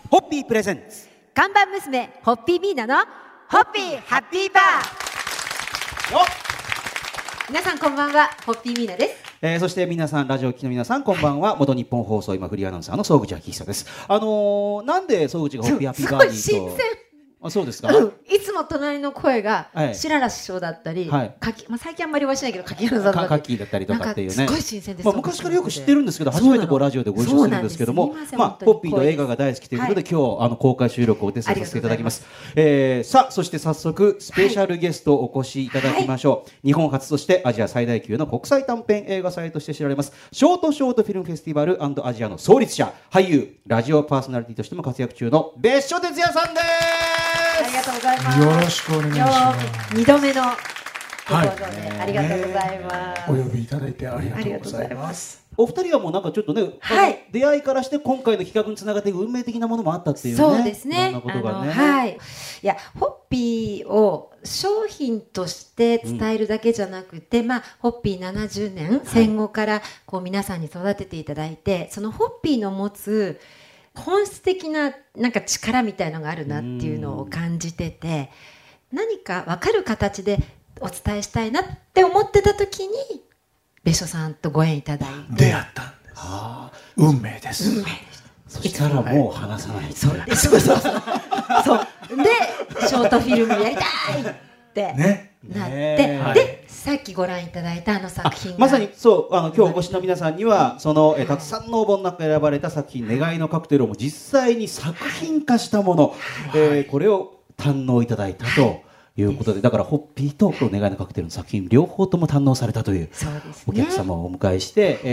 ホッピープレゼンツ看板娘ホッピーミーナのホッピーハッピーバー。皆さんこんばんは、ホッピーミーナです。 そして皆さん、ラジオ聴きの皆さんこんばんは。元日本放送今フリーアナウンサーの総口昭久です。なんで総口がホッピーハッピーバーにと。 すごい新鮮。 あ、そうですか。 いつも隣の声が白良師匠だったり、最近あんまりお会いしないけど柿原さんだったりとかっていうね。 すごい新鮮です。 昔からよく知ってるんですけど、初めてラジオでご一緒するんですけども、ホッピーの映画が大好きということで、今日公開収録をお手伝いさせていただきます。さあ、そして早速スペシャルゲストをお越しいただきましょう。日本初としてアジア最大級の国際短編映画祭として知られますショートフィルムフェスティバル&アジアの創立者、俳優、ラジオパーソナリティとしても活躍中の別所哲也さんです。 ありがとうございます。 よろしくお願いします。 2度目のご登場でありがとうございます。 お呼びいただいてありがとうございます。 お二人はもうなんかちょっとね、出会いからして今回の企画につながっていく運命的なものもあったっていうね。 そうですね。 いろんなことがね。 はい。いや、ホッピーを商品として伝えるだけじゃなくて、ホッピー70年、戦後からこう皆さんに育てていただいて、そのホッピーの持つ本質的ななんか力みたいのがあるなっていうのを感じてて、何か分かる形でお伝えしたいなって思ってた時に別所さんとご縁いただいて出会ったんです。運命です。 そしたらもう話さない。 そうでショートフィルムやりたいってなって、でさっきご覧いただいたあの作品がまさにそう今日お越しの皆さんにはそのたくさんの応募の中から選ばれた作品願いのカクテルをも実際に作品化したもの、これを堪能いただいたということで、だからホッピーと願いのカクテルの作品両方とも堪能されたというお客様をお迎えして、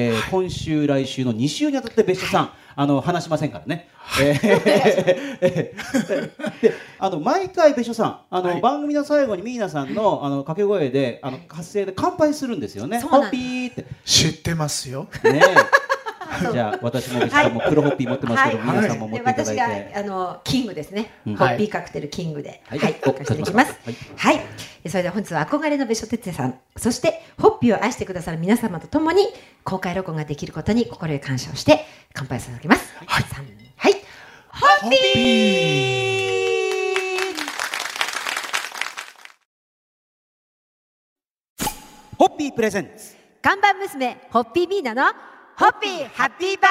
今週来週の2週にあたって別所さん話しませんからね。で毎回別所さん番組の最後にミーナさんの掛け声で発声で乾杯するんですよね。ホッピーって知ってますよ。 ねじゃあ私も別所さんも黒ホッピー持ってますけど、ミーナさんも持っていただいて、 私がキングですね。ホッピーカクテルキングでお貸していきます。はい。それでは本日は憧れの別所哲也さん、そしてホッピーを愛してくださる皆様と共に公開録音ができることに心よ感謝をして乾杯させていただきます。はい。はい。ホッピー。 ホッピープレゼンツ看板娘ホッピーミーナのホッピーハッピーバー。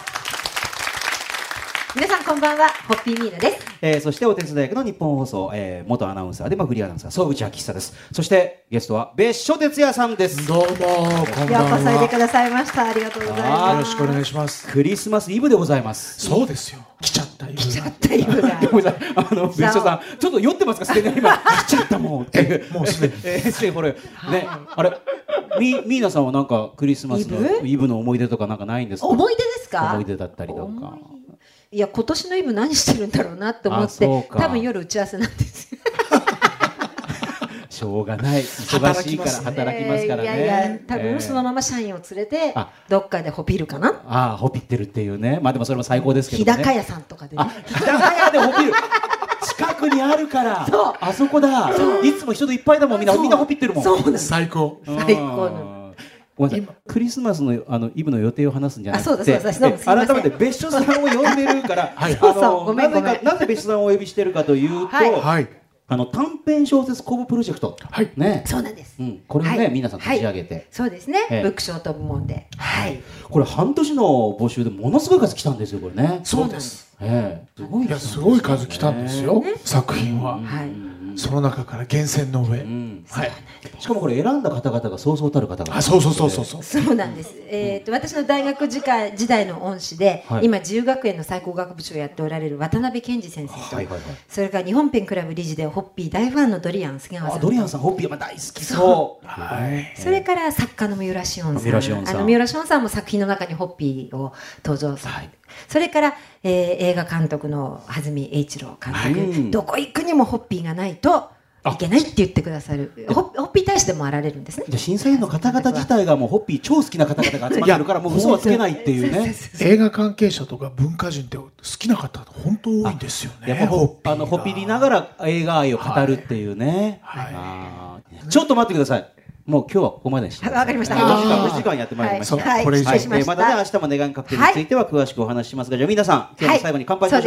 皆さんこんばんは、ホッピーミーナです。 そしてお手伝い役の日本放送、元アナウンサーでフリーアナウンサー総口昭久です。そしてゲストは別所哲也さんです。 どうもこんばんは。 ようこそいでくださいました。ありがとうございます。 よろしくお願いします。 クリスマスイブでございます。 そうですよ。来ちゃったイブが。 ごめんなさい、別所さんちょっと酔ってますか、すでに今来ちゃったもんっていうもうすでにこれね、あれミーナさんはなんかクリスマスのイブの思い出とかなんかないんですか？ 思い出ですか？ 思い出だったりとか。 いや、今年のイブ何してるんだろうなって思って、多分夜打ち合わせなんですよ。 しょうがない、忙しいから働きますからね。 いや多分そのまま社員を連れてどっかでホピるかな。 ホピってるっていうね。でもそれも最高ですけどね。 日高屋さんとかでね。 日高屋でホピる近くにあるからあそこだ。いつも人でいっぱいだもん。みんなホピってるもん。 最高の。 ごめんなさい、クリスマスのイブの予定を話すんじゃなくて、 改めて別所さんを呼んでるからなぜ別所さんをお呼びしてるかというと、短編小説公募プロジェクト、 そうなんです。 これをね、皆さん立ち上げて、 そうですね、ブックショート部門で、 これ半年の募集でものすごい数来たんですよ、これね。 そうです。 すごい数来たんですよ、作品は。その中から厳選の上、 しかもこれ選んだ方々がそうそうたる方が、 そうなんです。私の大学時代の恩師で、今自由学園の最高学部長をやっておられる渡辺健二先生と、それから日本ペンクラブ理事でホッピー大ファンのドリアン杉川さん、 ドリアンさんホッピー大好きそう。 それから作家の三浦紫音さん、三浦紫音さんも作品の中にホッピーを登場されて、それから、映画監督の蓮見英一郎監督、どこ行くにもホッピーがないといけないって言ってくださるホッピー大使でもあられるんですね。 じゃあ審査員の方々自体がもうホッピー超好きな方々が集まってるからもう嘘はつけないっていうね。 映画関係者とか文化人って好きな方本当多いんですよね。 ホピりながら映画愛を語るっていうね。ちょっと待ってください。もう今日はここまでにしてください。 わかりました。 お時間やってまいりました。 これ以上またね、明日も願いカクテルについては詳しくお話ししますが、じゃあ皆さん今日の最後に乾杯しましょうか。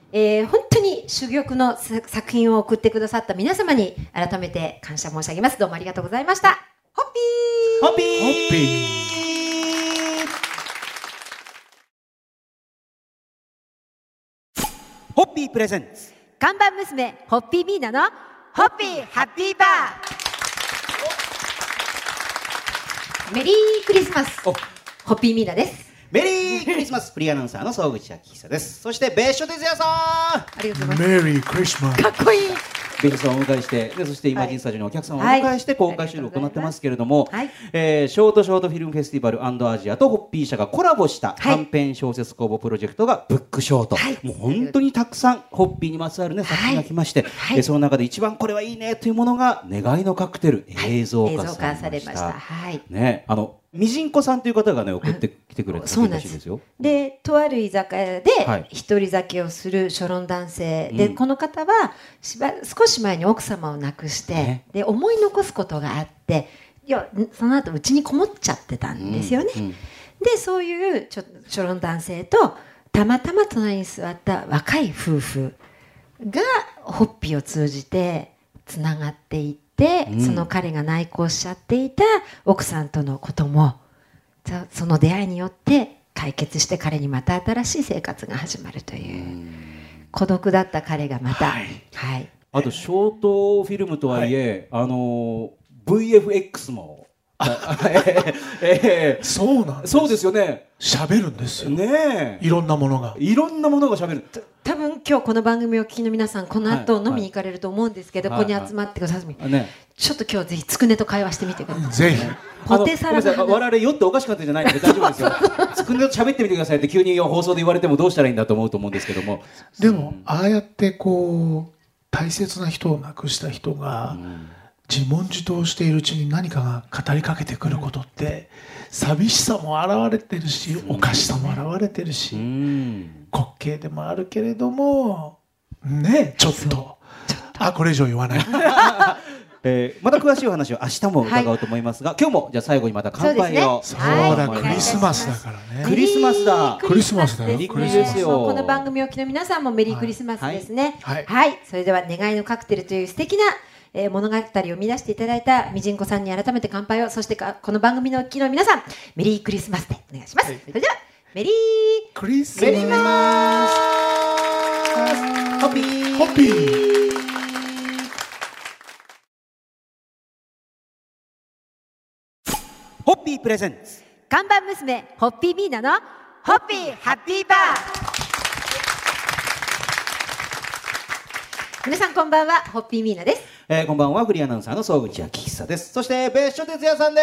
本当に珠玉の作品を送ってくださった皆様に改めて感謝申し上げます。どうもありがとうございました。ホッピーホッピーホッピーホッピープレゼンツ看板娘ホッピーミーナのホッピーハッピーバー。メリークリスマス。ホッピーミーナです。 メリークリスマスフリーアナウンサーの総口昭久です。そして別所哲也さん、 ありがとうございます。 メリークリスマス。 かっこいい。 別所さんをお迎えしてでそしてイマジンスタジオのお客さんをお迎えして公開収録を行ってますけれども、 はいショートフィルムフェスティバル&アジアとホッピー社がコラボした短編小説公募プロジェクトがブックショート、もう本当にたくさんホッピーにまつわる、ね、作品が来まして、その中で一番これはいいねというものが願いのカクテル、映像化されました。ね、みじんこさんという方がね送ってきてくれた作品らしいですよ。 でとある居酒屋で一人酒をする初論男性で、この方は少し前に奥様を亡くして、で思い残すことがあってその後うちにこもっちゃってたんですよね。でそういう初論男性とたまたま隣に座った若い夫婦がホッピーを通じてつながっていって、その彼が内向しちゃっていた奥さんとのこともその出会いによって解決して彼にまた新しい生活が始まるという、孤独だった彼がまた、 あとショートフィルムとはいえ、VFX もそうなんです。 そうですよね。 喋るんですよね。 いろんなものが喋る。 多分今日この番組をお聞きの皆さんこの後飲みに行かれると思うんですけど、ここに集まってください、ちょっと今日ぜひつくねと会話してみてください。 ぜひ。 ポテサラの話。 我々酔っておかしかったんじゃないので大丈夫ですよ。つくねと喋ってみてくださいって急に放送で言われてもどうしたらいいんだと思うんですけども。 でもああやってこう大切な人を亡くした人が自問自答しているうちに何かが語りかけてくることって寂しさも現れてるし、おかしさも現れてるし、滑稽でもあるけれどもね、ちょっとこれ以上言わない。 また詳しいお話を明日も伺うと思いますが、今日もじゃあ最後にまた乾杯を。 そうだ、クリスマスだからね。 クリスマスだ。 クリスマスだよ。 クリスマスよ。 この番組をお聞きの皆さんもメリークリスマスですね。はい。それでは願いのカクテルという素敵な物語を生み出していただいたみじんこさんに改めて乾杯を、そしてこの番組のお聞きの皆さんメリークリスマスでお願いします。それではメリークリスマス。 ホッピーホッピー。 ホッピープレゼンツ看板娘ホッピーミーナのホッピーハッピーバー。皆さんこんばんは、ホッピーミーナです。 こんばんは、フリーアナウンサーの総口昭久です。そして別所哲也さんです。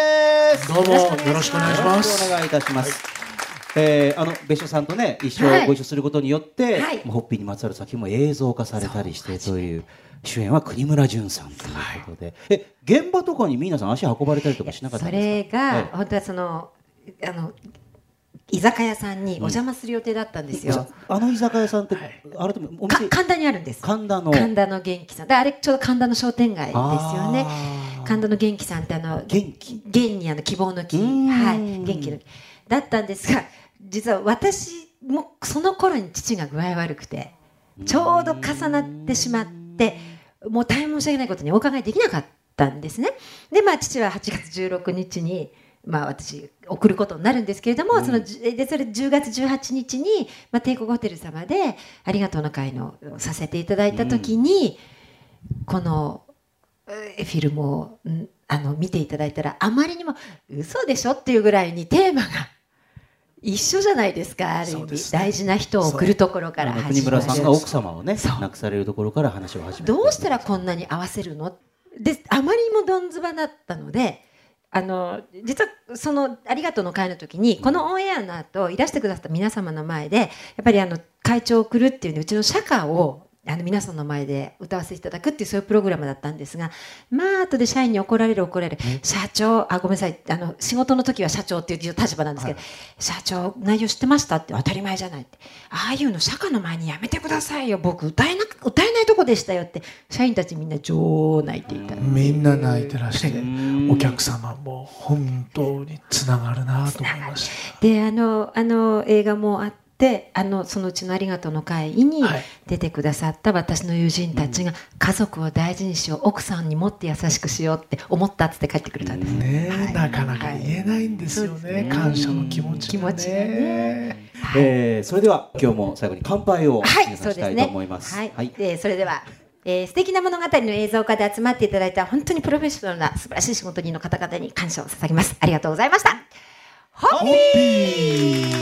どうもよろしくお願いします。 お願いいたします。別所さんとね一緒ご一緒することによって、ホッピーにまつわる作品も映像化されたりしてという。主演は国村淳さんということで、現場とかに皆さん足運ばれたりとかしなかったんですか？ それが、本当はその居酒屋さんにお邪魔する予定だったんですよ。 居酒屋さんって改めお店神田にあるんです。 神田の元気さんで、あれちょうど神田の商店街ですよね。神田の元気さんって元に希望の木、元気の木だったんですが、実は私もその頃に父が具合悪くてちょうど重なってしまって、もう大変申し訳ないことにお伺いできなかったんですね。で父は8月16日に私送ることになるんですけれども、それ10月18日に、帝国ホテル様でありがとうの会のさせていただいた時に、このフィルムを見ていただいたら、あまりにも嘘でしょっていうぐらいにテーマが一緒じゃないですか。ある意味、大事な人を送るところから始まる。 国村さんが奥様をね亡くされるところから話を始める。 どうしたらこんなに合わせるので、あまりにもどんずばだったので、実はそのありがとうの会の時に、このオンエアの後いらしてくださった皆様の前でやっぱり会長を送るっていうので、うちの社歌を皆さんの前で歌わせていただくっていう、そういうプログラムだったんですが、後で社員に怒られる社長、ごめんなさい、仕事の時は社長っていう立場なんですけど、社長内容知ってましたって、当たり前じゃないって、ああいうの社歌の前にやめてくださいよ、僕歌えないとこでしたよって社員たちみんな泣いていた。 みんな泣いてらして、お客様も本当につながるなと思いました。 で映画もあって、 でそのうちのありがとうの会にはい出てくださった私の友人たちが、家族を大事にしよう、奥さんにもっと優しくしようって思ったって帰ってくれたんです。 ねえ、 はい、 なかなか言えないんですよね、感謝の気持ちがね。 それでは今日も最後に乾杯をはい、 皆さんしたいと思います。 はい、それでは、素敵な物語の映像化で集まっていただいた本当にプロフェッショナルな素晴らしい仕事人の方々に感謝を捧げます。ありがとうございました。ホッピー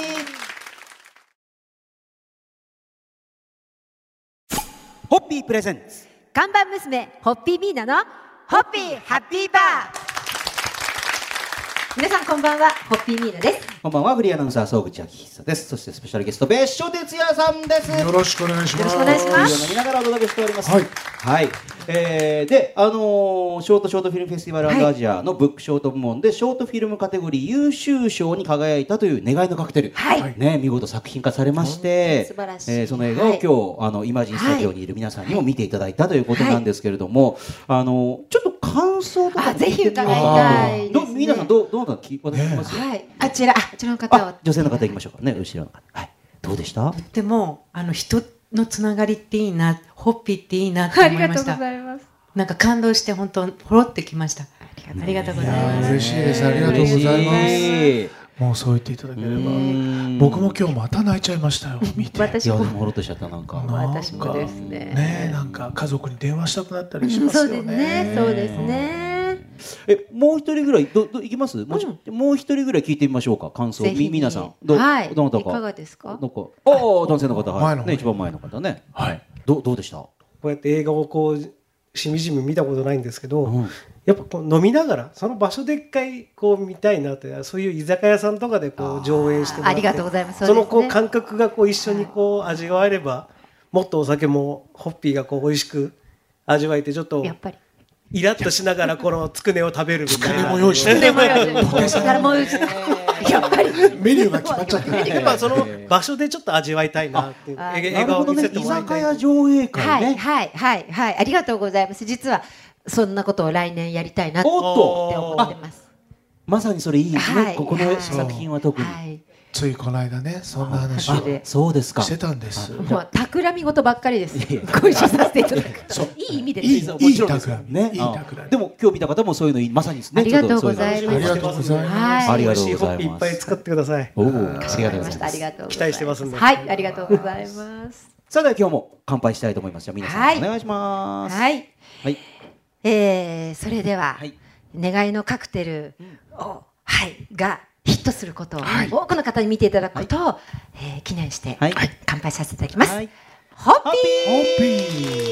ホッピープレゼンツ看板娘ホッピーミーナのホッピーハッピーバー。皆さんこんばんは、ホッピーミーナです。 こんばんは、フリーアナウンサー総口昭久です。そしてスペシャルゲスト別所哲也さんです。 よろしくお願いします。 よろしくお願いします。 飲みながらお届けしております。 はいはい。で、ショートフィルムフェスティバルアジアのブックショート部門でショートフィルムカテゴリー優秀賞に輝いたという願いのカクテル、 はいね、見事作品化されまして、 素晴らしいその映画を今日イマジンスタジオにいる皆さんにも見ていただいたということなんですけれども、ちょっと感想とかぜひ伺いたいですね。 皆さんどうなの聞きます？ はい、あちらの方は女性の方行きましょうかね、後ろの方。はい、どうでした？ でも人のつながりっていいな、ホッピーっていいなって思いました。 います。 なんか感動して本当ほろってきました。ありがとうございます。 嬉しいです。ありがとうございます。 嬉しい。 もうそう言っていただければ。僕も今日また泣いちゃいましたよ。見て。 私もいやでもほろっとしちゃったなんか。 私もですね。 ねえ、なんか家族に電話したくなったりしますよね。 そうですね。そうですね。 もう一人ぐらいいきます？もう一人ぐらい聞いてみましょうか。感想皆さんはい。 どなたか。 いかがですか？ 男性の方、はい。 前の方ね、一番前の方ね。 はい。 どうでした？ こうやって映画をしみじみ見たことないんですけど、 うんやっぱ飲みながらその場所で一回見たいなという、そういう居酒屋さんとかで上映してもらって、 ありがとうございます。 その感覚が一緒に味わえれば、もっとお酒もホッピーが美味しく味わえて、ちょっとやっぱりイラッとしながらこのつくねを食べるみたいな。 つくねも用意してでもやっぱりメニューが決まっちゃってる。 やっぱその場所でちょっと味わいたいなっていう映画を見せてもらいたい。 居酒屋上映会ね。 はいありがとうございます。実はそんなことを来年やりたいなっておっと思ってます。 まさにそれいいですね。 はいここの作品は特に。 ついこの間ね、そんな話をそうですか。 してたんです。 もう企み事ばっかりです。ご一緒させていただく。いい意味でですよ。 いい企みね。 いい企み。 でも今日見た方もそういうのまさにですね。 ありがとうございます。 ありがとうございます。 ありがとうございます。 美味しいホッピーいっぱい作ってください。 おお、ありがとうございます。 ありがとうございます。 期待してますんで。 はい、ありがとうございます。 さあでは今日も乾杯したいと思います。じゃあ皆さんお願いします。 はい。 はい。 それでは願いのカクテルをがヒットすることを多くの方に見ていただくことを記念して乾杯させていただきます。ホッピー。